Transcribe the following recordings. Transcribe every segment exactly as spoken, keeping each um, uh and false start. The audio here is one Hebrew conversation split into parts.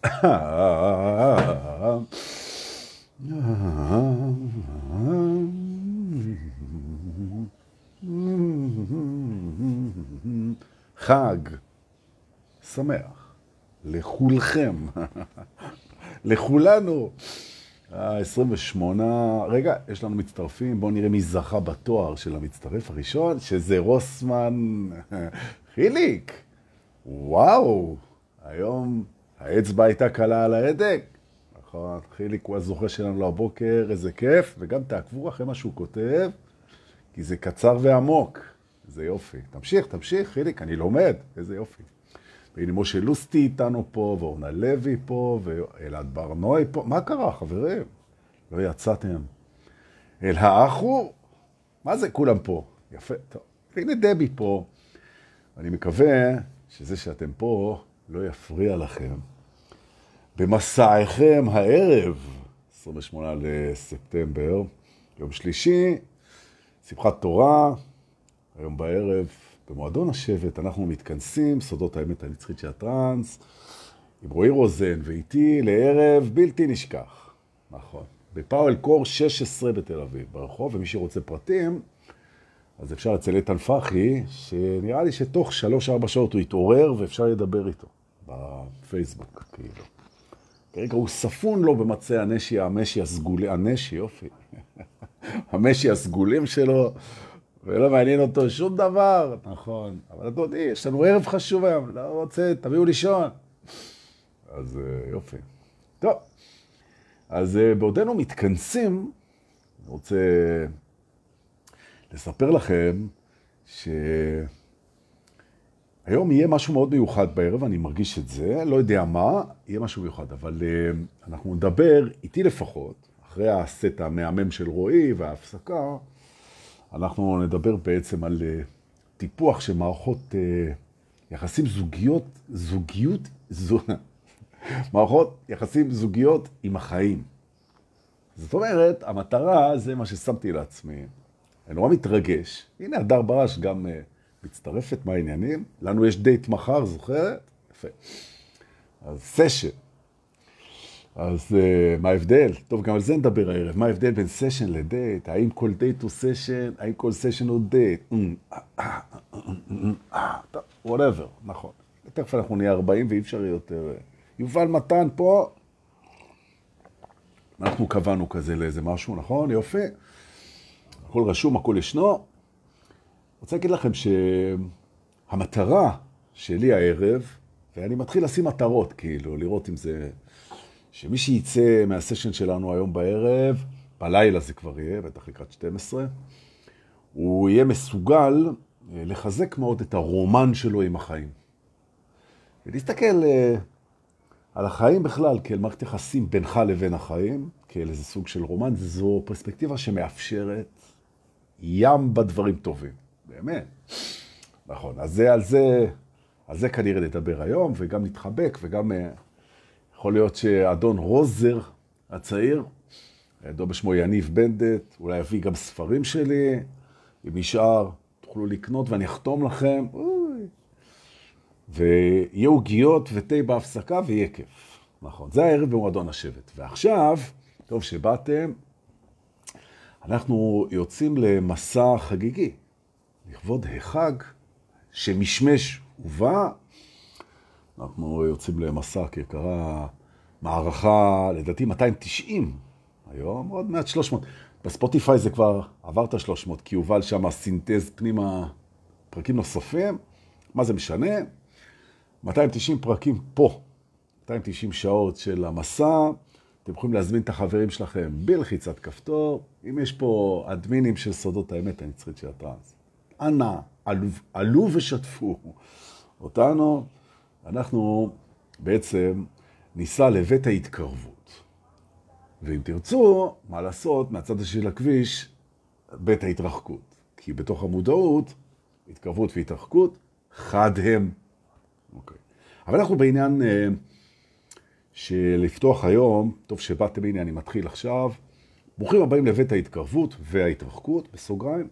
חג שמח לכולכם, לכולנו. ה-עשרים ושמונה, רגע, יש לנו מצטרפים, בואו נראה מי זכה בתואר של המצטרף הראשון, שזה רוסמן חיליק. וואו, היום האצבע הייתה קלה על ההדק. נכון, חיליק הוא הזוכה שלנו לבוקר, איזה כיף, וגם תעקבו אחרי מה שהוא כותב, כי זה קצר ועמוק. זה יופי. תמשיך, תמשיך, חיליק, אני לומד, איזה יופי. והנה משה לוסטי איתנו פה, ואורנה לוי פה, ואלעד ברנוי פה. מה קרה, חברים? לא יצאתם. אל האחו? מה זה כולם פה? יפה, טוב. והנה דבי פה. אני מקווה שזה שאתם פה לא יפריע לכם. במסעיכם הערב, עשרים ושמונה לספטמבר, יום שלישי, שמחת תורה, היום בערב, במועדון השבט, אנחנו מתכנסים, סודות האמת הנצחית של הטרנס, עם רועי רוזן ואיתי לערב בלתי נשכח. נכון. בפאוול קור שש עשרה בתל אביב, ברחוב, ומי שרוצה פרטים, אז אפשר אצל איתן פחי, שנראה לי שתוך שלוש ארבע שעות הוא יתעורר, ואפשר לדבר איתו בפייסבוק, כאילו. כרגע הוא ספון לו במצע הנשי, המשי הסגולי, הנשי, יופי. המשי הסגולים שלו, ולא מעניין אותו שום דבר, נכון. אבל אתה יודע, יש לנו ערב חשוב היום, לא רוצה, תביאו לישון. אז יופי. טוב, אז בעודנו מתכנסים, אני רוצה לספר לכם שהיום יהיה משהו מאוד מיוחד בערב, אני מרגיש את זה, לא יודע מה, יהיה משהו מיוחד, אבל אנחנו נדבר, איתי לפחות, אחרי הסט המהמם של רועי וההפסקה, אנחנו נדבר בעצם על טיפוח של מערכות יחסים זוגיות, זוגיות, זו, מערכות יחסים זוגיות עם החיים. זאת אומרת, המטרה זה מה ששמתי לעצמי. אני נורא מתרגש. הנה, הדר ברש גם מצטרפת מהעניינים. לנו יש דייט מחר, זוכרת? יפה. אז סשן. אז uh, מה ההבדל? טוב, גם על זה נדבר הערב. מה ההבדל בין סשן לדייט? האם כל דייט הוא סשן? האם כל סשן הוא דייט? whatever, נכון. תכף אנחנו נהיה ארבעים ואי אפשר יותר. יובל מתן פה. אנחנו קבענו כזה לאיזה משהו, נכון? יופי. הכל רשום, הכל ישנו. רוצה להגיד לכם שהמטרה שלי הערב, ואני מתחיל לשים מטרות, כאילו, לראות אם זה... שמי שיצא מהסשן שלנו היום בערב, בלילה זה כבר יהיה, בטח לקראת שתים עשרה, הוא יהיה מסוגל לחזק מאוד את הרומן שלו עם החיים. ולהסתכל על החיים בכלל, כאל מערכת יחסים בינך לבין החיים, כאל איזה סוג של רומן, זו פרספקטיבה שמאפשרת ים בדברים טובים. באמת. נכון, אז זה, על זה, על זה כנראה נדבר היום, וגם נתחבק, וגם... יכול להיות שאדון רוזר הצעיר, ידוע בשמו יניב בנדט, אולי יביא גם ספרים שלי, אם נשאר, תוכלו לקנות ואני אחתום לכם, ויהיה עוגיות ותה בהפסקה ויהיה כיף. נכון, זה הערב במועדון השבט. ועכשיו, טוב שבאתם, אנחנו יוצאים למסע חגיגי, לכבוד החג שמשמש ובא, אנחנו יוצאים למסע כקרה מערכה, לדעתי מאתיים ותשעים היום, עוד מעט שלוש מאות. בספוטיפיי זה כבר עבר את ה-שלוש מאות, כי הובל שם סינטז פנימה פרקים נוספים. מה זה משנה? מאתיים ותשעים פרקים פה, מאתיים ותשעים שעות של המסע. אתם יכולים להזמין את החברים שלכם בלחיצת כפתור. אם יש פה אדמינים של סודות האמת הנצחית של הטרנס, אנא, עלו, עלו ושתפו אותנו. אנחנו בעצם ניסע לבית ההתקרבות. ואם תרצו, מה לעשות, מהצד השני של הכביש, בית ההתרחקות. כי בתוך המודעות, התקרבות והתרחקות, חד הם. אוקיי. אבל אנחנו בעניין אה, שלפתוח היום, טוב שבאתם, הנה אני מתחיל עכשיו, ברוכים הבאים לבית ההתקרבות וההתרחקות, בסוגריים.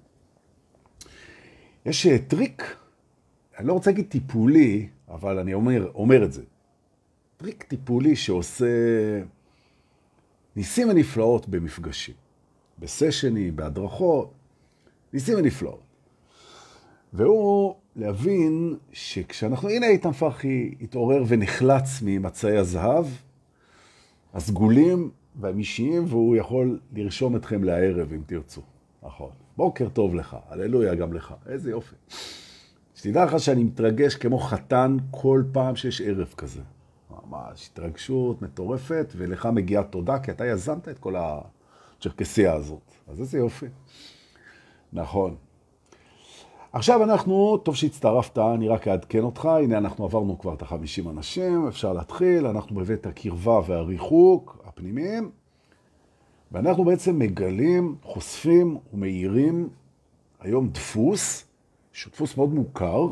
יש טריק, אני לא רוצה להגיד טיפולי, אבל אני אומר, אומר את זה. טריק טיפולי שעושה ניסים ונפלאות במפגשים, בסשנים, בהדרכות, ניסים ונפלאות. והוא להבין שכשאנחנו, הנה איתן פרחי התעורר ונחלץ ממצאי הזהב, הסגולים והמישיים, והוא יכול לרשום אתכם לערב אם תרצו. נכון. בוקר טוב לך, הללויה גם לך. איזה יופי. שתדע לך שאני מתרגש כמו חתן כל פעם שיש ערב כזה. ממש התרגשות מטורפת, ולך מגיעה תודה, כי אתה יזמת את כל הצ'רקסיה הזאת. אז איזה יופי. נכון. עכשיו אנחנו, טוב שהצטרפת, אני רק אעדכן אותך, הנה אנחנו עברנו כבר את ה-חמישים אנשים, אפשר להתחיל, אנחנו בבית הקרבה והריחוק הפנימיים, ואנחנו בעצם מגלים, חושפים ומאירים היום דפוס, שהוא דפוס מאוד מוכר,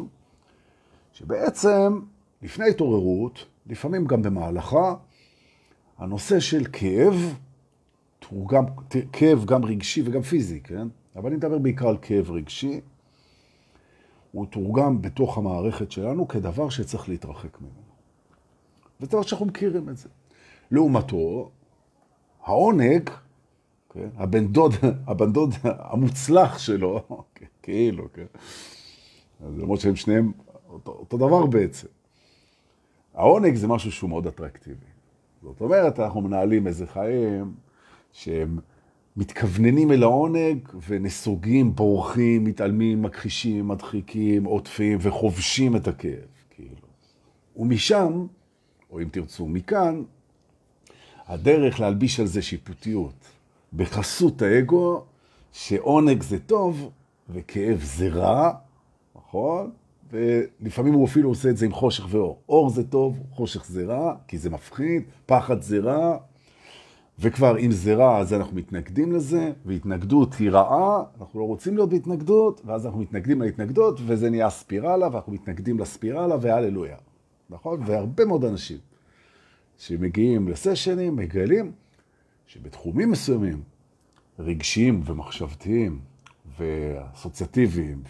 שבעצם לפני התעוררות, לפעמים גם במהלכה, הנושא של כאב, תורגם, כאב גם רגשי וגם פיזי, כן? אבל אני מדבר בעיקר על כאב רגשי, הוא תורגם בתוך המערכת שלנו כדבר שצריך להתרחק ממנו. זה דבר שאנחנו מכירים את זה. לעומתו, העונג, כן? הבן דוד, הבן דוד המוצלח שלו, כאילו, כן? אז למרות שהם שניהם אותו, אותו דבר בעצם. העונג זה משהו שהוא מאוד אטרקטיבי. זאת אומרת, אנחנו מנהלים איזה חיים שהם מתכווננים אל העונג ונסוגים, בורחים, מתעלמים, מכחישים, מדחיקים, עוטפים וחובשים את הכאב, כאילו. ומשם, או אם תרצו מכאן, הדרך להלביש על זה שיפוטיות, בחסות האגו, שעונג זה טוב וכאב זה רע, נכון? ולפעמים הוא אפילו עושה את זה עם חושך ואור. אור זה טוב, חושך זה רע, כי זה מפחיד, פחד זה רע, וכבר אם זה רע, אז אנחנו מתנגדים לזה, והתנגדות היא רעה, אנחנו לא רוצים להיות בהתנגדות, ואז אנחנו מתנגדים להתנגדות, וזה נהיה ספירלה, ואנחנו מתנגדים לספירלה, והללויה. נכון? והרבה מאוד אנשים שמגיעים לסשנים, מגלים שבתחומים מסוימים, רגשיים ומחשבתיים, ואסוציאטיביים,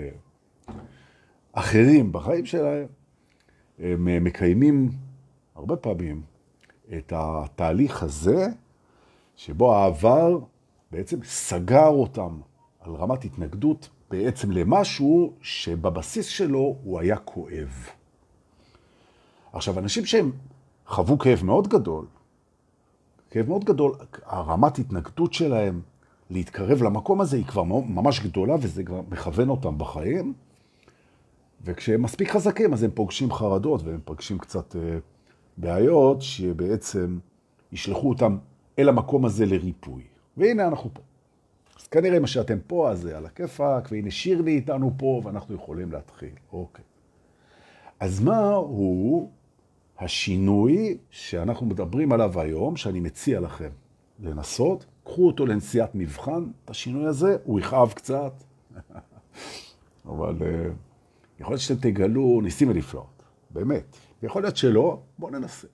ואחרים בחיים שלהם, הם מקיימים הרבה פעמים את התהליך הזה, שבו העבר בעצם סגר אותם על רמת התנגדות בעצם למשהו שבבסיס שלו הוא היה כואב. עכשיו, אנשים שהם חוו כאב מאוד גדול, כאב מאוד גדול, הרמת התנגדות שלהם להתקרב למקום הזה היא כבר ממש גדולה, וזה כבר מכוון אותם בחיים, וכשהם מספיק חזקים, אז הם פוגשים חרדות, והם פוגשים קצת בעיות שבעצם ישלחו אותם אל המקום הזה לריפוי. והנה אנחנו פה. אז כנראה מה שאתם פה, אז זה על הכיפק, והנה שירלי איתנו פה, ואנחנו יכולים להתחיל. אוקיי. אז מה הוא השינוי שאנחנו מדברים עליו היום, שאני מציע לכם לנסות? קחו אותו לנסיעת מבחן, את השינוי הזה, הוא יכאב קצת, אבל uh, יכול להיות שאתם תגלו ניסים ונפלאות, באמת. ויכול להיות שלא, בואו ננסה.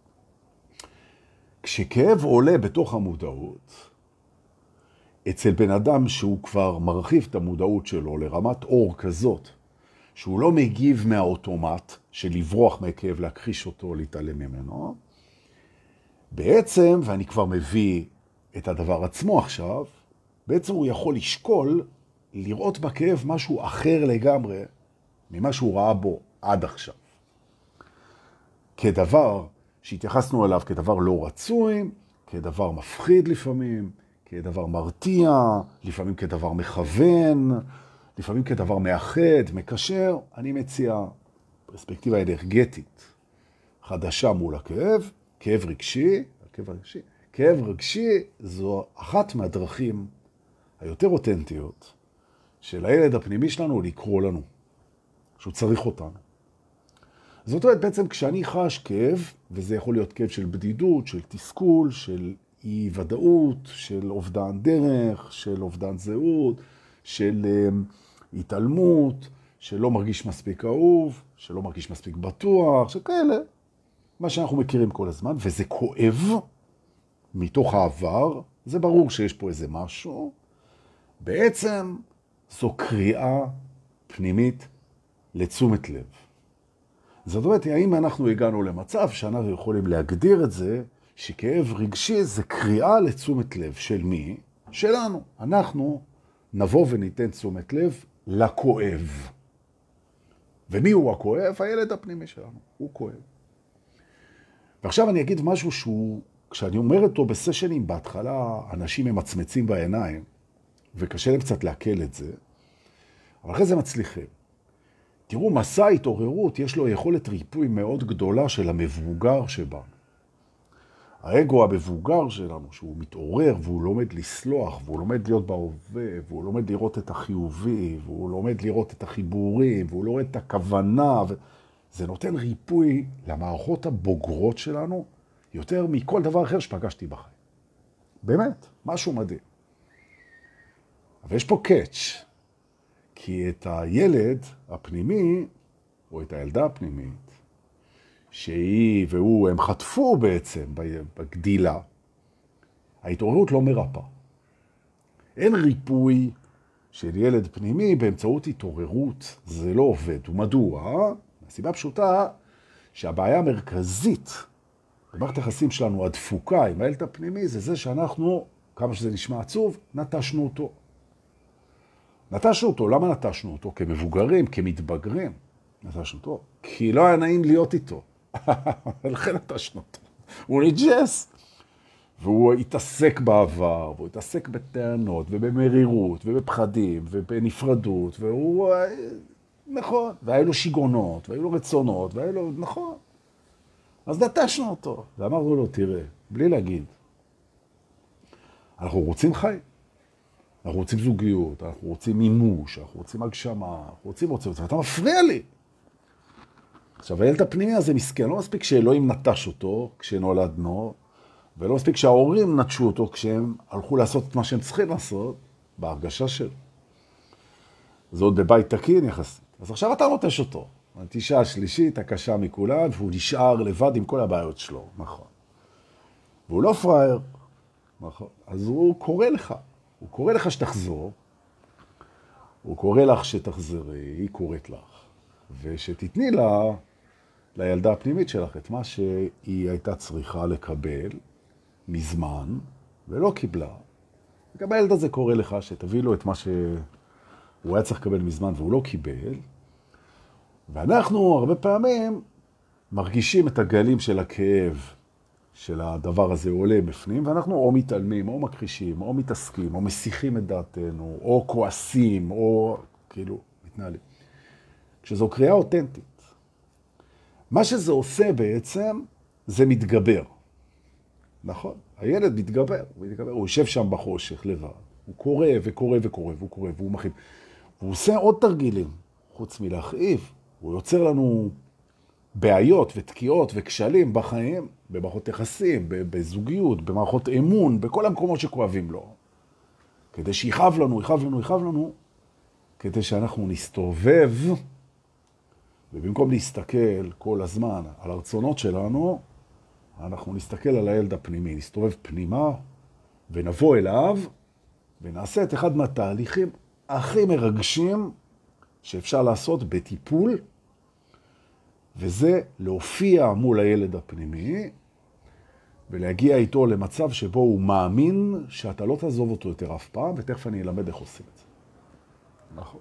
כשכאב עולה בתוך המודעות, אצל בן אדם שהוא כבר מרחיב את המודעות שלו לרמת אור כזאת, שהוא לא מגיב מהאוטומט של לברוח מהכאב, להכחיש אותו, להתעלם ממנו, בעצם, ואני כבר מביא את הדבר עצמו עכשיו, בעצם הוא יכול לשקול, לראות בכאב משהו אחר לגמרי, ממה שהוא ראה בו עד עכשיו. כדבר שהתייחסנו אליו כדבר לא רצוי, כדבר מפחיד לפעמים, כדבר מרתיע, לפעמים כדבר מכוון, לפעמים כדבר מאחד, מקשר. אני מציע פרספקטיבה אנרגטית חדשה מול הכאב, כאב רגשי, כאב רגשי. כאב רגשי זו אחת מהדרכים היותר אותנטיות של הילד הפנימי שלנו לקרוא לנו, שהוא צריך אותנו. זאת אומרת, בעצם כשאני חש כאב, וזה יכול להיות כאב של בדידות, של תסכול, של אי ודאות, של אובדן דרך, של אובדן זהות, של um, התעלמות, שלא מרגיש מספיק אהוב, שלא מרגיש מספיק בטוח, שכאלה, מה שאנחנו מכירים כל הזמן, וזה כואב מתוך העבר, זה ברור שיש פה איזה משהו, בעצם זו קריאה פנימית לתשומת לב. זאת אומרת, האם אנחנו הגענו למצב שאנחנו יכולים להגדיר את זה, שכאב רגשי זה קריאה לתשומת לב של מי? שלנו. אנחנו נבוא וניתן תשומת לב לכואב. ומי הוא הכואב? הילד הפנימי שלנו. הוא כואב. ועכשיו אני אגיד משהו שהוא, כשאני אומר אותו בסשנים, בהתחלה אנשים ממצמצים בעיניים, וקשה להם קצת להקל את זה, אבל אחרי זה מצליחים. תראו, מסע התעוררות, יש לו יכולת ריפוי מאוד גדולה של המבוגר שבנו. האגו המבוגר שלנו, שהוא מתעורר, והוא לומד לסלוח, והוא לומד להיות בהווה, והוא לומד לראות את החיובי, והוא לומד לראות את החיבורים, והוא לומד את הכוונה, ו... זה נותן ריפוי למערכות הבוגרות שלנו, יותר מכל דבר אחר שפגשתי בחיים. באמת, משהו מדהים. אבל יש פה קאץ', כי את הילד הפנימי, או את הילדה הפנימית, שהיא והוא, הם חטפו בעצם בגדילה, ההתעוררות לא מרפא. אין ריפוי של ילד פנימי באמצעות התעוררות, זה לא עובד. ומדוע? הסיבה פשוטה שהבעיה המרכזית במערכת היחסים שלנו, הדפוקה עם הילד הפנימי, זה זה שאנחנו, כמה שזה נשמע עצוב, נטשנו אותו. נטשנו אותו, למה נטשנו אותו? כמבוגרים, כמתבגרים. נטשנו אותו, כי לא היה נעים להיות איתו. לכן נטשנו אותו. הוא נג'ס. והוא התעסק בעבר, והוא התעסק בטענות, ובמרירות, ובפחדים, ובנפרדות, והוא, נכון, והיו לו שיגונות, והיו לו רצונות, והיו לו, נכון. אז נטשנו אותו, ואמרנו לו, תראה, בלי להגיד, אנחנו רוצים חיים, אנחנו רוצים זוגיות, אנחנו רוצים מימוש, אנחנו רוצים הגשמה, אנחנו רוצים רוצים, ואתה מפריע לי. עכשיו, הילד הפנימי הזה מסכן, לא מספיק שאלוהים נטש אותו כשנולדנו, ולא מספיק שההורים נטשו אותו כשהם הלכו לעשות את מה שהם צריכים לעשות, בהרגשה שלו. זה עוד בבית תקין יחסית. אז עכשיו אתה נוטש אותו. הנטישה השלישית, הקשה מכולן, והוא נשאר לבד עם כל הבעיות שלו, נכון. והוא לא פראייר, נכון. אז הוא קורא לך. הוא קורא לך שתחזור, הוא קורא לך שתחזרי, היא קוראת לך, ושתתני לה, לילדה הפנימית שלך, את מה שהיא הייתה צריכה לקבל מזמן, ולא קיבלה. וגם הילד הזה קורא לך שתביא לו את מה שהוא היה צריך לקבל מזמן, והוא לא קיבל. ואנחנו הרבה פעמים מרגישים את הגלים של הכאב, של הדבר הזה עולה בפנים, ואנחנו או מתעלמים, או מכחישים, או מתעסקים, או מסיחים את דעתנו, או כועסים, או כאילו מתנהלים. כשזו קריאה אותנטית. מה שזה עושה בעצם, זה מתגבר. נכון? הילד מתגבר, הוא מתגבר, הוא יושב שם בחושך לבד. הוא קורא וקורא וקורא, והוא קורא והוא מכאיב. והוא עושה עוד תרגילים, חוץ מלהכאיב. הוא יוצר לנו בעיות ותקיעות וכשלים בחיים, במערכות יחסים, בזוגיות, במערכות אמון, בכל המקומות שכואבים לו. כדי שיחב לנו, יחב לנו, יחב לנו, כדי שאנחנו נסתובב, ובמקום להסתכל כל הזמן על הרצונות שלנו, אנחנו נסתכל על הילד הפנימי, נסתובב פנימה, ונבוא אליו, ונעשה את אחד מהתהליכים הכי מרגשים שאפשר לעשות בטיפול, וזה להופיע מול הילד הפנימי, ולהגיע איתו למצב שבו הוא מאמין שאתה לא תעזוב אותו יותר אף פעם, ותכף אני אלמד איך עושים את זה. נכון.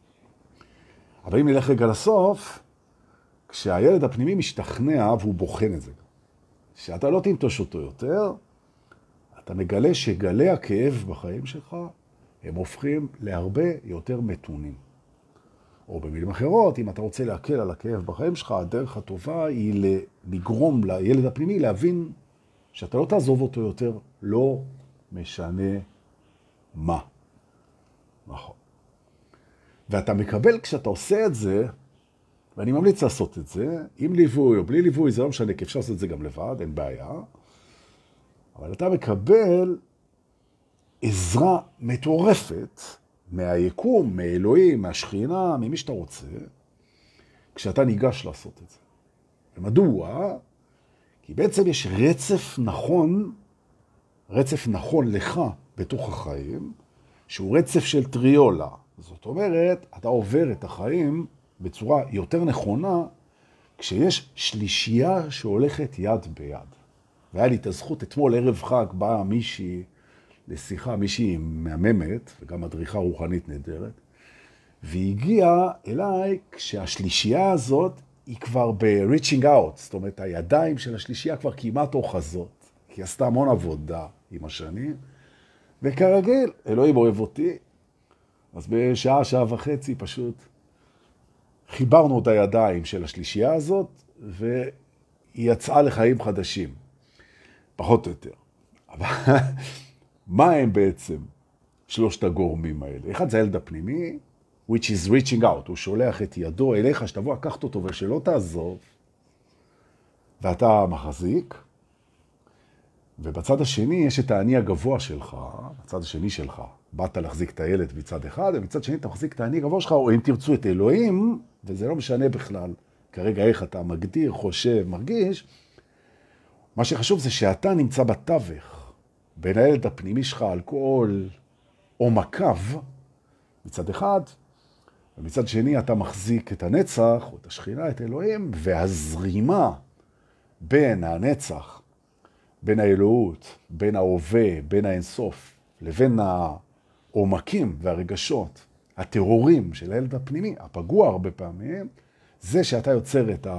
אבל אם נלך רגע לסוף, כשהילד הפנימי משתכנע, והוא בוחן את זה, שאתה לא תנטוש אותו יותר, אתה מגלה שגלי הכאב בחיים שלך, הם הופכים להרבה יותר מתונים. או במילים אחרות, אם אתה רוצה להקל על הכאב בחיים שלך, הדרך הטובה היא לגרום לילד הפנימי להבין שאתה לא תעזוב אותו יותר, לא משנה מה. נכון. ואתה מקבל כשאתה עושה את זה, ואני ממליץ לעשות את זה, עם ליווי או בלי ליווי, זה לא משנה, כי אפשר לעשות את זה גם לבד, אין בעיה. אבל אתה מקבל עזרה מטורפת מהיקום, מאלוהים, מהשכינה, ממי שאתה רוצה, כשאתה ניגש לעשות את זה. ומדוע? כי בעצם יש רצף נכון, רצף נכון לך בתוך החיים, שהוא רצף של טריולה. זאת אומרת, אתה עובר את החיים בצורה יותר נכונה, כשיש שלישייה שהולכת יד ביד. והיה לי את הזכות, אתמול ערב חג באה מישהי לשיחה, מישהי מהממת, וגם מדריכה רוחנית נהדרת, והיא הגיעה אליי כשהשלישייה הזאת היא כבר ב-reaching out, זאת אומרת, הידיים של השלישייה כבר כמעט אוחזות, כי היא עשתה המון עבודה עם השנים, וכרגיל, אלוהים אוהב אותי, אז בשעה, שעה וחצי פשוט חיברנו את הידיים של השלישייה הזאת, והיא יצאה לחיים חדשים, פחות או יותר. אבל מה הם בעצם שלושת הגורמים האלה? אחד זה הילד הפנימי, which is reaching out, הוא שולח את ידו אליך, שתבוא לקחת אותו ושלא תעזוב, ואתה מחזיק, ובצד השני יש את העני הגבוה שלך, בצד השני שלך, באת להחזיק את הילד מצד אחד, ובצד שני אתה מחזיק את העני הגבוה שלך, או אם תרצו את אלוהים, וזה לא משנה בכלל, כרגע איך אתה מגדיר, חושב, מרגיש, מה שחשוב זה שאתה נמצא בתווך, בין הילד הפנימי שלך על כל עומקיו, מצד אחד, ומצד שני אתה מחזיק את הנצח, או את השכינה, את אלוהים, והזרימה בין הנצח, בין האלוהות, בין ההווה, בין האינסוף, לבין העומקים והרגשות, הטרורים של הילד הפנימי, הפגוע הרבה פעמים, זה שאתה יוצר את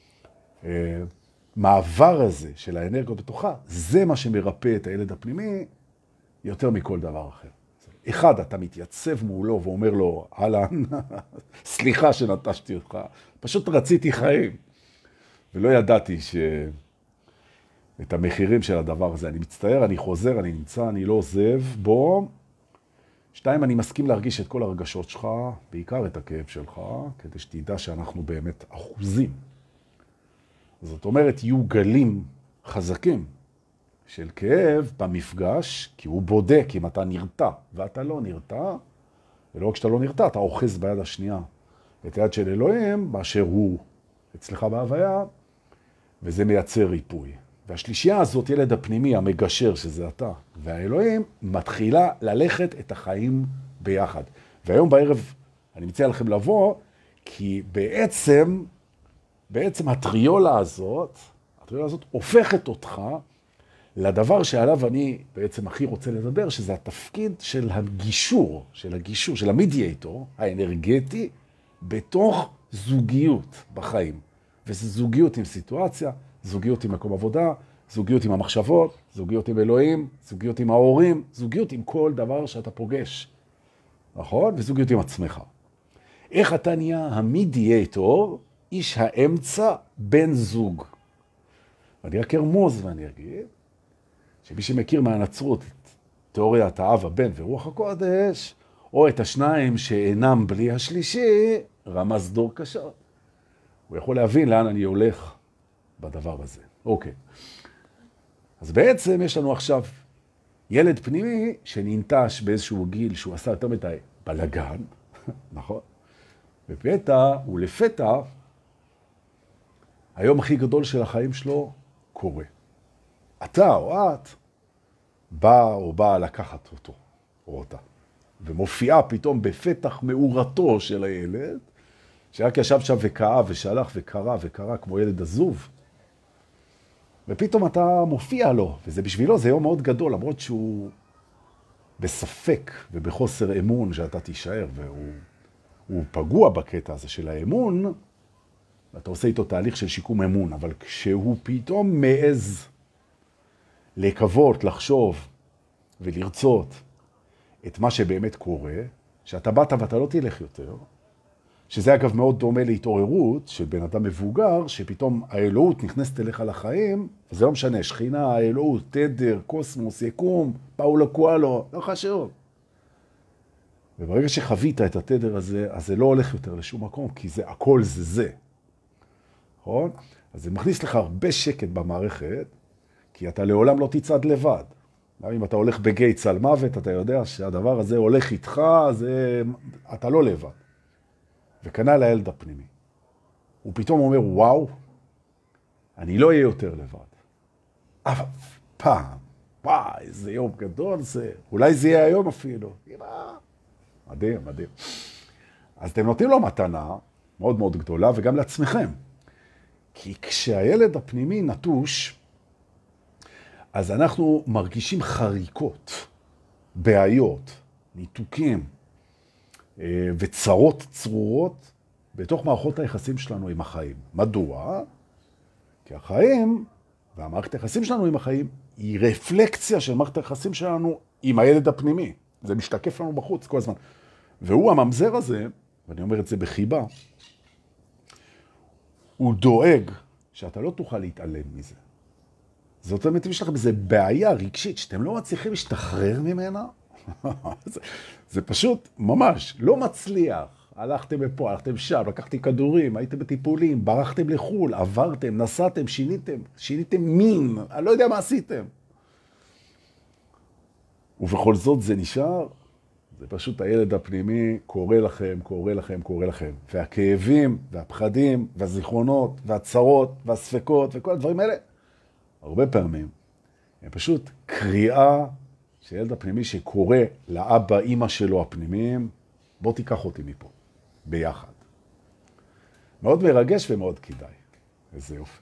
המעבר הזה של האנרגיות בתוכה, זה מה שמרפא את הילד הפנימי יותר מכל דבר אחר. אחד, אתה מתייצב מולו ואומר לו, אהלן, סליחה שנטשתי אותך, פשוט רציתי חיים. ולא ידעתי ש... את המחירים של הדבר הזה. אני מצטער, אני חוזר, אני נמצא, אני לא עוזב. בוא. שתיים, אני מסכים להרגיש את כל הרגשות שלך, בעיקר את הכאב שלך, כדי שתדע שאנחנו באמת אחוזים. זאת אומרת, יהיו גלים חזקים של כאב במפגש, כי הוא בודק אם אתה נרתע, ואתה לא נרתע, ולא רק שאתה לא נרתע, אתה אוחז ביד השנייה את היד של אלוהים, באשר הוא אצלך בהוויה, וזה מייצר ריפוי. והשלישייה הזאת, ילד הפנימי, המגשר, שזה אתה, והאלוהים, מתחילה ללכת את החיים ביחד. והיום בערב אני מציע לכם לבוא, כי בעצם, בעצם הטריולה הזאת, הטריולה הזאת הופכת אותך לדבר שעליו אני בעצם הכי רוצה לדבר, שזה התפקיד של הגישור, של הגישור, של המדיאטור, האנרגטי, בתוך זוגיות בחיים. וזה זוגיות עם סיטואציה, זוגיות עם מקום עבודה, זוגיות עם המחשבות, זוגיות עם אלוהים, זוגיות עם ההורים, זוגיות עם כל דבר שאתה פוגש. נכון? וזוגיות עם עצמך. איך אתה נהיה המדיאטור, איש האמצע בן זוג. ואני רק ארמוז ואני אגיד, שמי שמכיר מהנצרות את תיאוריית האב, הבן ורוח הקודש, או את השניים שאינם בלי השלישי, רמז דור קשה. הוא יכול להבין לאן אני הולך בדבר הזה. אוקיי. אז בעצם יש לנו עכשיו ילד פנימי שננטש באיזשהו גיל שהוא עשה יותר מדי בלגן, נכון? ופתע ולפתע, היום הכי גדול של החיים שלו קורה. אתה או את בא או באה לקחת אותו או אותה, ומופיעה פתאום בפתח מאורתו של הילד, שרק ישב שם וכאב ושלח וקרא וקרא כמו ילד עזוב, ופתאום אתה מופיע לו, וזה בשבילו זה יום מאוד גדול, למרות שהוא בספק ובחוסר אמון שאתה תישאר, והוא פגוע בקטע הזה של האמון, ואתה עושה איתו תהליך של שיקום אמון, אבל כשהוא פתאום מעז לקוות, לחשוב ולרצות את מה שבאמת קורה, שאתה באת ואתה לא תלך יותר, שזה אגב מאוד דומה להתעוררות של בן אדם מבוגר, שפתאום האלוהות נכנסת אליך לחיים, וזה לא משנה, שכינה, האלוהות, תדר, קוסמוס, יקום, פאולו קואלו, לא חשוב. וברגע שחווית את התדר הזה, אז זה לא הולך יותר לשום מקום, כי זה, הכל זה זה. נכון? אז זה מכניס לך הרבה שקט במערכת, כי אתה לעולם לא תצעד לבד. גם אם אתה הולך בגייץ על מוות, אתה יודע שהדבר הזה הולך איתך, זה, אתה לא לבד. וכנ"ל הילד הפנימי. הוא פתאום אומר, וואו, אני לא אהיה יותר לבד. אבל פעם, וואי, איזה יום גדול זה. אולי זה יהיה היום אפילו. מדהים, מדהים. אז אתם נותנים לו מתנה מאוד מאוד גדולה, וגם לעצמכם. כי כשהילד הפנימי נטוש, אז אנחנו מרגישים חריקות, בעיות, ניתוקים וצרות צרורות בתוך מערכות היחסים שלנו עם החיים. מדוע? כי החיים והמערכת היחסים שלנו עם החיים היא רפלקציה של מערכת היחסים שלנו עם הילד הפנימי. זה משתקף לנו בחוץ כל הזמן. והוא הממזר הזה, ואני אומר את זה בחיבה, הוא דואג שאתה לא תוכל להתעלם מזה. זאת אומרת, יש לכם איזו בעיה רגשית שאתם לא מצליחים להשתחרר ממנה. זה, זה פשוט ממש לא מצליח. הלכתם לפה, הלכתם שם, לקחתי כדורים, הייתם בטיפולים, ברחתם לחול, עברתם, נסעתם, שיניתם, שיניתם מין, אני לא יודע מה עשיתם. ובכל זאת זה נשאר, זה פשוט הילד הפנימי קורא לכם, קורא לכם, קורא לכם. והכאבים, והפחדים, והזיכרונות, והצרות, והספקות, וכל הדברים האלה, הרבה פעמים, הם פשוט קריאה של ילד הפנימי שקורא לאבא, אמא שלו הפנימיים, בוא תיקח אותי מפה, ביחד. מאוד מרגש ומאוד כדאי. איזה יופי.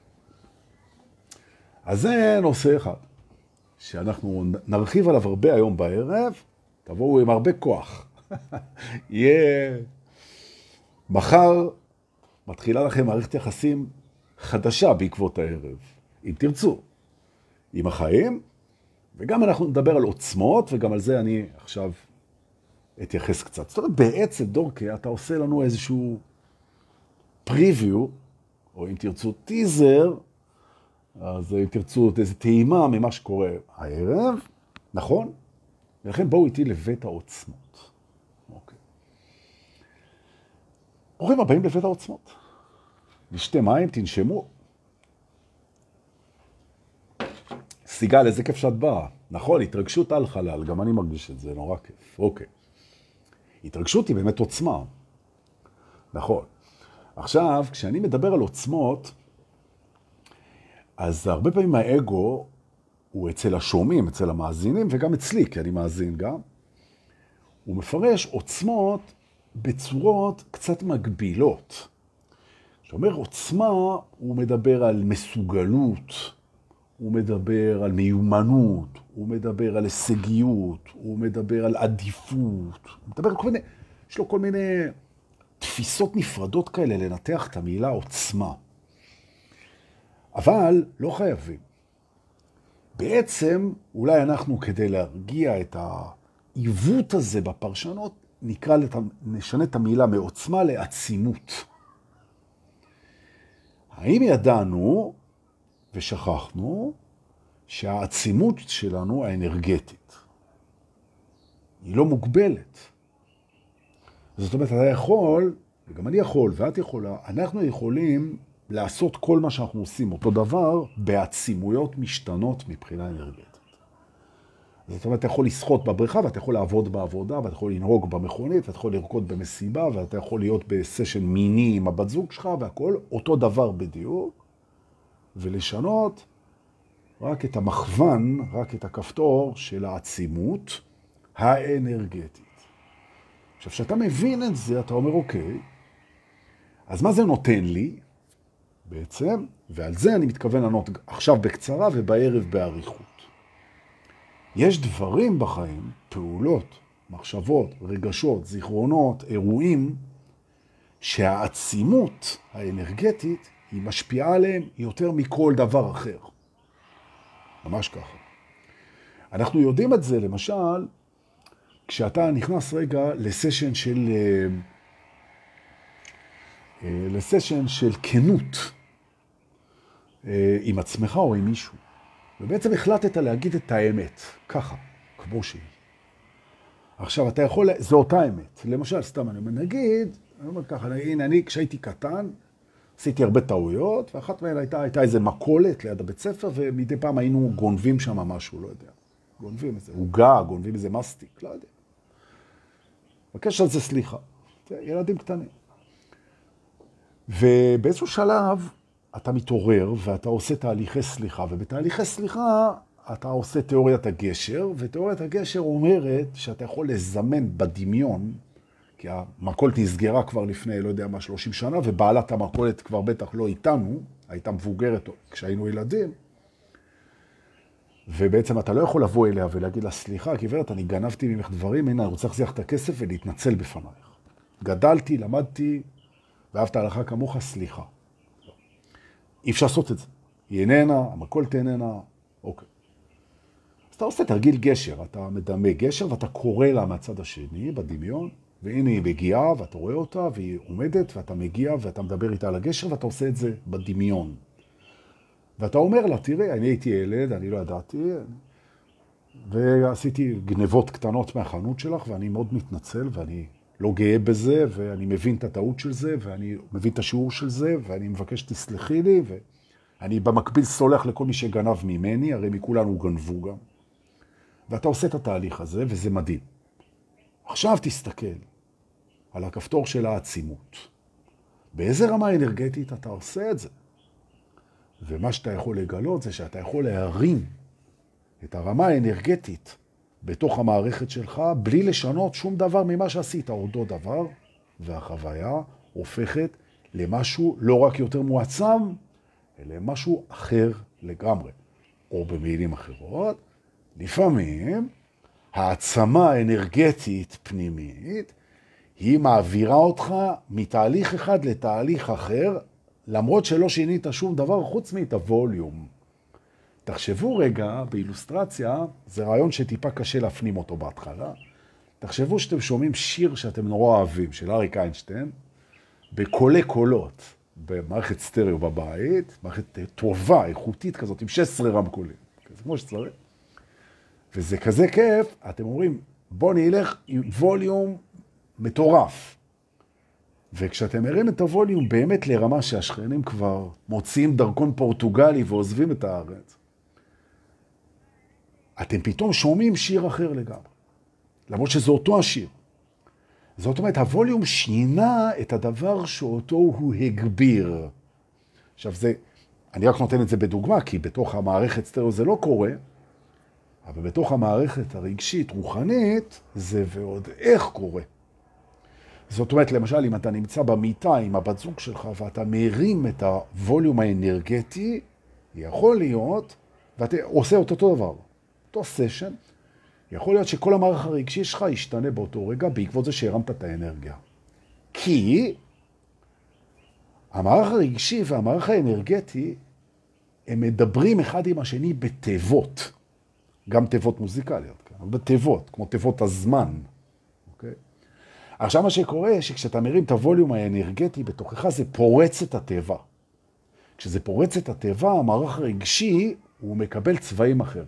אז זה נושא אחד, שאנחנו נרחיב עליו הרבה היום בערב, תבואו עם הרבה כוח. יהיה... מחר מתחילה לכם מערכת יחסים חדשה בעקבות הערב, אם תרצו, עם החיים, וגם אנחנו נדבר על עוצמות, וגם על זה אני עכשיו אתייחס קצת. זאת אומרת, בעצם דורקי, אתה עושה לנו איזשהו פריוויו, או אם תרצו טיזר, אז אם תרצו איזו טעימה ממה שקורה הערב, נכון? ולכן בואו איתי לבית העוצמות. אוקיי. ברוכים הבאים לבית העוצמות. נשתה מים, תנשמו. סיגל, איזה כיף שאת באה. נכון, התרגשות על חלל, גם אני מרגיש את זה, נורא כיף. אוקיי. התרגשות היא באמת עוצמה. נכון. עכשיו, כשאני מדבר על עוצמות, אז הרבה פעמים האגו הוא אצל השומעים, אצל המאזינים, וגם אצלי, כי אני מאזין גם. הוא מפרש עוצמות בצורות קצת מגבילות. כשאומר עוצמה, הוא מדבר על מסוגלות, הוא מדבר על מיומנות, הוא מדבר על הישגיות, הוא מדבר על עדיפות, הוא מדבר על כל מיני, יש לו כל מיני תפיסות נפרדות כאלה לנתח את המילה עוצמה. אבל לא חייבים. בעצם, אולי אנחנו כדי להרגיע את העיוות הזה בפרשנות, נקרא, לת... נשנה את המילה מעוצמה לעצימות. האם ידענו ושכחנו שהעצימות שלנו האנרגטית היא לא מוגבלת? זאת אומרת, אתה יכול, וגם אני יכול, ואת יכולה, אנחנו יכולים לעשות כל מה שאנחנו עושים, אותו דבר, בעצימויות משתנות מבחינה אנרגטית. זאת אומרת, אתה יכול לשחות בבריכה, ואתה יכול לעבוד בעבודה, ואתה יכול לנהוג במכונית, ואתה יכול לרקוד במסיבה, ואתה יכול להיות בסשן מיני עם הבת זוג שלך, והכל אותו דבר בדיוק, ולשנות רק את המכוון, רק את הכפתור של העצימות האנרגטית. עכשיו, כשאתה מבין את זה, אתה אומר, אוקיי, אז מה זה נותן לי בעצם? ועל זה אני מתכוון לענות עכשיו בקצרה ובערב בעריכות. יש דברים בחיים, פעולות, מחשבות, רגשות, זיכרונות, אירועים, שהעצימות האנרגטית היא משפיעה עליהם יותר מכל דבר אחר. ממש ככה. אנחנו יודעים את זה, למשל, כשאתה נכנס רגע לסשן של, לסשן של כנות עם עצמך או עם מישהו. ובעצם החלטת להגיד את האמת, ככה, כמו שהיא. עכשיו, אתה יכול, זו אותה אמת. למשל, סתם אני אומר, נגיד, אני אומר ככה, הנה, אני כשהייתי קטן, עשיתי הרבה טעויות, ואחת מהן הייתה, הייתה איזה מקולת ליד הבית ספר, ומדי פעם היינו גונבים שם משהו, לא יודע. גונבים איזה הוגה, גונבים איזה מסטיק, לא יודע. מבקש על זה סליחה. זה ילדים קטנים. ובאיזשהו שלב, אתה מתעורר ואתה עושה תהליכי סליחה, ובתהליכי סליחה אתה עושה תיאוריית הגשר, ותיאוריית הגשר אומרת שאתה יכול לזמן בדמיון, כי המקולת נסגרה כבר לפני, לא יודע מה, שלושים שנה, ובעלת המקולת כבר בטח לא איתנו הייתה מבוגרת כשהיינו ילדים, ובעצם אתה לא יכול לבוא אליה ולהגיד לה, סליחה, גברת, אני גנבתי ממך דברים, הנה, אני רוצה להחזיר את הכסף ולהתנצל בפנייך. גדלתי, למדתי, ואהבת הלכה כמוך, סליחה. אי אפשר לעשות את זה. היא איננה, המכולת איננה, אוקיי. אז אתה עושה תרגיל גשר, אתה מדמה גשר ואתה קורא לה מהצד השני בדמיון, והנה היא מגיעה ואתה רואה אותה והיא עומדת ואתה מגיע ואתה מדבר איתה על הגשר ואתה עושה את זה בדמיון. ואתה אומר לה, תראה, אני הייתי ילד, אני לא ידעתי, ועשיתי גנבות קטנות מהחנות שלך ואני מאוד מתנצל ואני לא גאה בזה ואני מבין את הטעות של זה ואני מבין את השיעור של זה ואני מבקש תסלחי לי ואני במקביל סולח לכל מי שגנב ממני, הרי מכולנו גנבו גם. ואתה עושה את התהליך הזה וזה מדהים. עכשיו תסתכל על הכפתור של העצימות. באיזה רמה אנרגטית אתה עושה את זה? ומה שאתה יכול לגלות זה שאתה יכול להרים את הרמה האנרגטית בתוך המערכת שלך בלי לשנות שום דבר ממה שעשית. אותו דבר, והחוויה הופכת למשהו לא רק יותר מועצם, אלא משהו אחר לגמרי. או במילים אחרות, לפעמים העצמה האנרגטית פנימית היא מעבירה אותך מתהליך אחד לתהליך אחר, למרות שלא שינית שום דבר חוץ מאת הווליום. תחשבו רגע, באילוסטרציה, זה רעיון שטיפה קשה להפנים אותו בהתחלה. תחשבו שאתם שומעים שיר שאתם נורא אוהבים, של אריק איינשטיין, בקולי קולות, במערכת סטריאו בבית, מערכת טובה, איכותית כזאת, עם שש עשרה רמקולים. זה כמו שצריך. וזה כזה כיף, אתם אומרים, בוא נלך עם ווליום מטורף. וכשאתם מראים את הווליום באמת לרמה שהשכנים כבר מוציאים דרכון פורטוגלי ועוזבים את הארץ, אתם פתאום שומעים שיר אחר לגמרי. למרות שזה אותו השיר. זאת אומרת, הווליום שינה את הדבר שאותו הוא הגביר. עכשיו זה, אני רק נותן את זה בדוגמה, כי בתוך המערכת סטריאו זה לא קורה, אבל בתוך המערכת הרגשית, רוחנית, זה ועוד איך קורה. זאת אומרת, למשל, אם אתה נמצא במיטה עם הבת זוג שלך, ואתה מרים את הווליום האנרגטי, יכול להיות, ואתה עושה את אותו דבר, אותו סשן, יכול להיות שכל המערך הרגשי שלך ישתנה באותו רגע, בעקבות זה שהרמת את האנרגיה. כי המערך הרגשי והמערך האנרגטי, הם מדברים אחד עם השני בתיבות. גם תיבות מוזיקליות, כן? בתיבות, כמו תיבות הזמן. אוקיי? עכשיו מה שקורה, שכשאתה מרים את הווליום האנרגטי בתוכך, זה פורץ את הטבע. כשזה פורץ את הטבע, המערך הרגשי, הוא מקבל צבעים אחרים.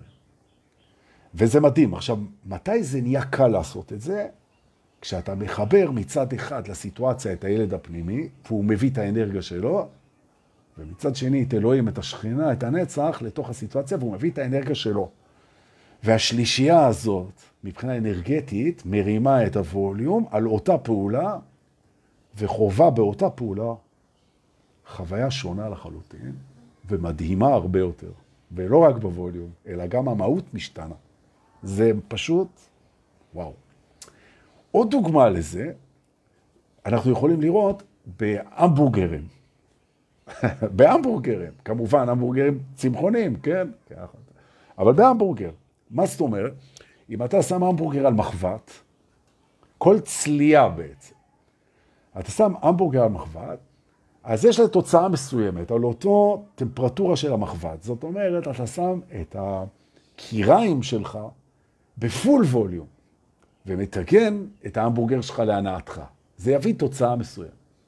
וזה מדהים. עכשיו, מתי זה נהיה קל לעשות את זה? כשאתה מחבר מצד אחד לסיטואציה את הילד הפנימי, והוא מביא את האנרגיה שלו, ומצד שני את אלוהים, את השכינה, את הנצח, לתוך הסיטואציה, והוא מביא את האנרגיה שלו. והשלישייה הזאת, מבחינה אנרגטית, מרימה את הווליום על אותה פעולה, וחובה באותה פעולה, חוויה שונה לחלוטין, ומדהימה הרבה יותר. ולא רק בווליום, אלא גם המהות משתנה. זה פשוט, וואו. עוד דוגמה לזה, אנחנו יכולים לראות בהמבורגרים. בהמבורגרים, כמובן, המבורגרים צמחונים, כן? אבל בהמבורגר, מה זאת אומרת? אם אתה שם המבורגר על מחבת, כל צלייה בעצם, אתה שם המבורגר על מחבת, אז יש לה תוצאה מסוימת, על אותו טמפרטורה של המחבת. זאת אומרת, אתה שם את הקיריים שלך בפול ווליום, ומתקן את ההמבורגר שלך להנאתך. זה יביא תוצאה מסוימת.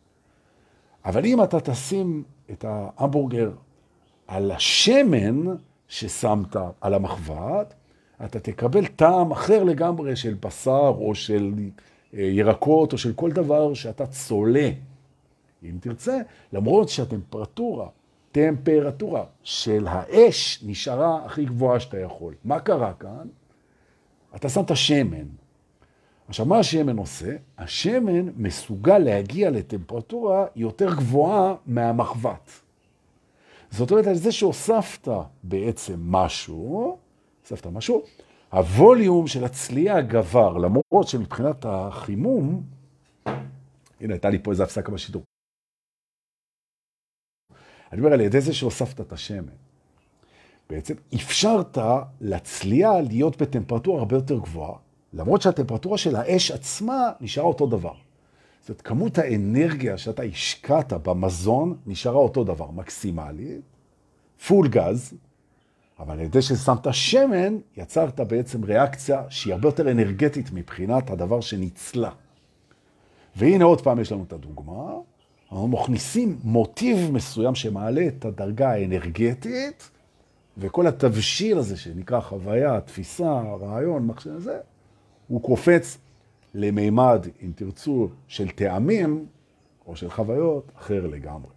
אבל אם אתה תשים את ההמבורגר על השמן ששמת על המחבת, אתה תקבל טעם אחר לגמרי של בשר או של ירקות או של כל דבר שאתה צולה. אם תרצה, למרות שהטמפרטורה, טמפרטורה של האש נשארה הכי גבוהה שאתה יכול. מה קרה כאן? אתה שם את השמן. עכשיו, מה השמן עושה? השמן מסוגל להגיע לטמפרטורה יותר גבוהה מהמחבת. זאת אומרת, על זה שהוספת בעצם משהו, הוספת משהו, הווליום של הצלייה גבר, למרות שמבחינת החימום, הנה, הייתה לי פה איזה הפסקה בשידור. אני אומר, על ידי זה שהוספת את השמן, בעצם אפשרת לצלייה להיות בטמפרטורה הרבה יותר גבוהה, למרות שהטמפרטורה של האש עצמה נשארה אותו דבר. זאת אומרת, כמות האנרגיה שאתה השקעת במזון נשארה אותו דבר, מקסימלי, פול גז, אבל על ידי ששמת שמן, יצרת בעצם ריאקציה שהיא הרבה יותר אנרגטית מבחינת הדבר שנצלה. והנה עוד פעם יש לנו את הדוגמה, אנחנו מכניסים מוטיב מסוים שמעלה את הדרגה האנרגטית, וכל התבשיל הזה שנקרא חוויה, תפיסה, רעיון, מחשב הזה, הוא קופץ למימד, אם תרצו, של טעמים, או של חוויות, אחר לגמרי.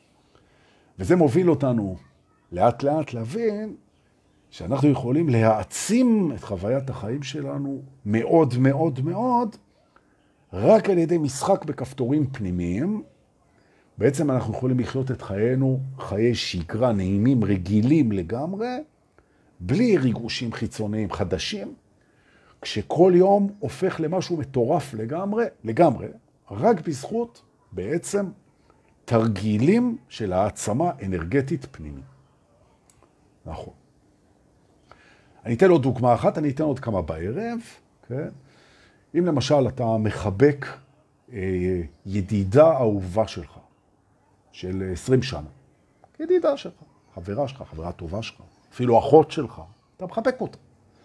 וזה מוביל אותנו לאט לאט להבין, שאנחנו יכולים להעצים את חוויית החיים שלנו מאוד מאוד מאוד, רק על ידי משחק בכפתורים פנימיים. בעצם אנחנו יכולים לחיות את חיינו, חיי שגרה, נעימים, רגילים לגמרי, בלי ריגושים חיצוניים חדשים, כשכל יום הופך למשהו מטורף לגמרי, לגמרי, רק בזכות בעצם תרגילים של העצמה אנרגטית פנימית. נכון. אני אתן עוד דוגמה אחת, אני אתן עוד כמה בערב, כן? אם למשל אתה מחבק אה, ידידה אהובה שלך, של עשרים שנה, ידידה שלך, חברה שלך, חברה טובה שלך, אפילו אחות שלך, אתה מחבק אותה.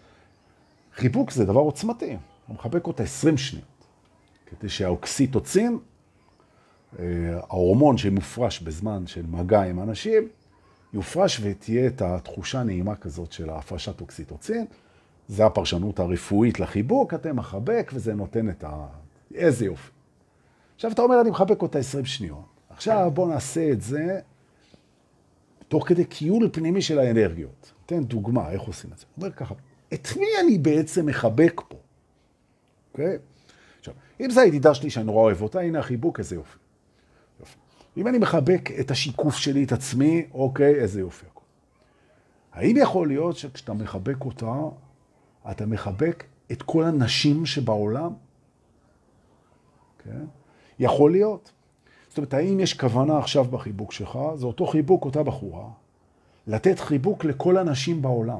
חיבוק זה דבר עוצמתי, אתה מחבק אותה עשרים שניות, כדי שהאוקסיטוצין, אה, ההורמון שמופרש בזמן של מגע עם אנשים, יופרש ותהיה את התחושה נעימה כזאת של ההפרשת אוקסיטוצין. זה הפרשנות הרפואית לחיבוק, אתה מחבק וזה נותן את ה... איזה יופי. עכשיו אתה אומר, אני מחבק אותה עשרים שניות. עכשיו בוא נעשה את זה תוך כדי קיול פנימי של האנרגיות. תן דוגמה, איך עושים את זה. אומר ככה, את מי אני בעצם מחבק פה? אוקיי? עכשיו, אם זה הידידה שלי שאני נורא אוהב אותה, הנה החיבוק, איזה יופי. יופי. אם אני מחבק את השיקוף שלי, את עצמי, אוקיי, איזה יופי. האם יכול להיות שכשאתה מחבק אותה, אתה מחבק את כל הנשים שבעולם? כן? יכול להיות. זאת אומרת, האם יש כוונה עכשיו בחיבוק שלך, זה אותו חיבוק, אותה בחורה, לתת חיבוק לכל הנשים בעולם.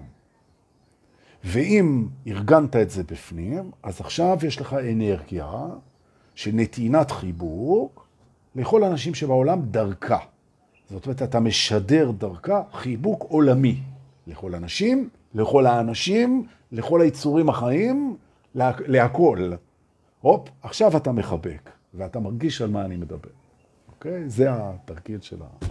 ואם ארגנת את זה בפנים, אז עכשיו יש לך אנרגיה של נתינת חיבוק לכל הנשים שבעולם דרכה. זאת אומרת, אתה משדר דרכה חיבוק עולמי לכל הנשים, לכל האנשים, לכל היצורים החיים, לה, להכל. הופ, עכשיו אתה מחבק, ואתה מרגיש על מה אני מדבר. אוקיי? זה התרגיל של ה...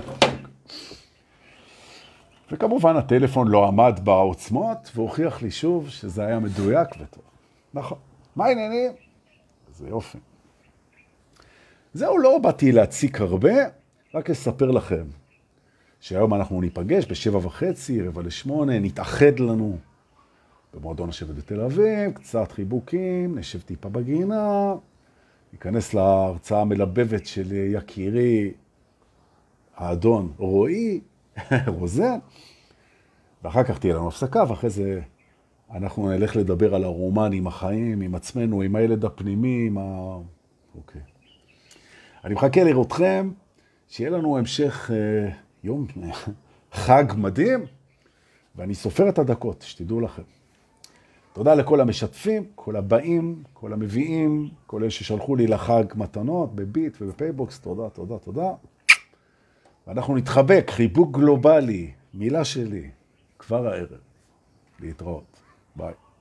וכמובן, הטלפון לא עמד בעוצמות, והוכיח לי שוב שזה היה מדויק וטוב. נכון. מה העניינים? זה יופי. זהו, לא באתי להציק הרבה, רק אספר לכם שהיום אנחנו ניפגש בשבע וחצי, רבע לשמונה, נתאחד לנו במועדון השבט בתל אביב, קצת חיבוקים, נשב טיפה בגינה, ניכנס להרצאה המלבבת של יקירי, האדון רועי, רוזן, ואחר כך תהיה לנו הפסקה, ואחרי זה אנחנו נלך לדבר על הרומן עם החיים, עם עצמנו, עם הילד הפנימי, עם ה... אוקיי. אני מחכה לראותכם, שיהיה לנו המשך אה, יום חג מדהים, ואני סופר את הדקות, שתדעו לכם. תודה לכל המשתפים, כל הבאים, כל המביאים, כל אלה ששלחו לי לחג מתנות בביט ובפייבוקס, תודה, תודה, תודה. ואנחנו נתחבק, חיבוק גלובלי, מילה שלי, כבר הערב. להתראות. ביי.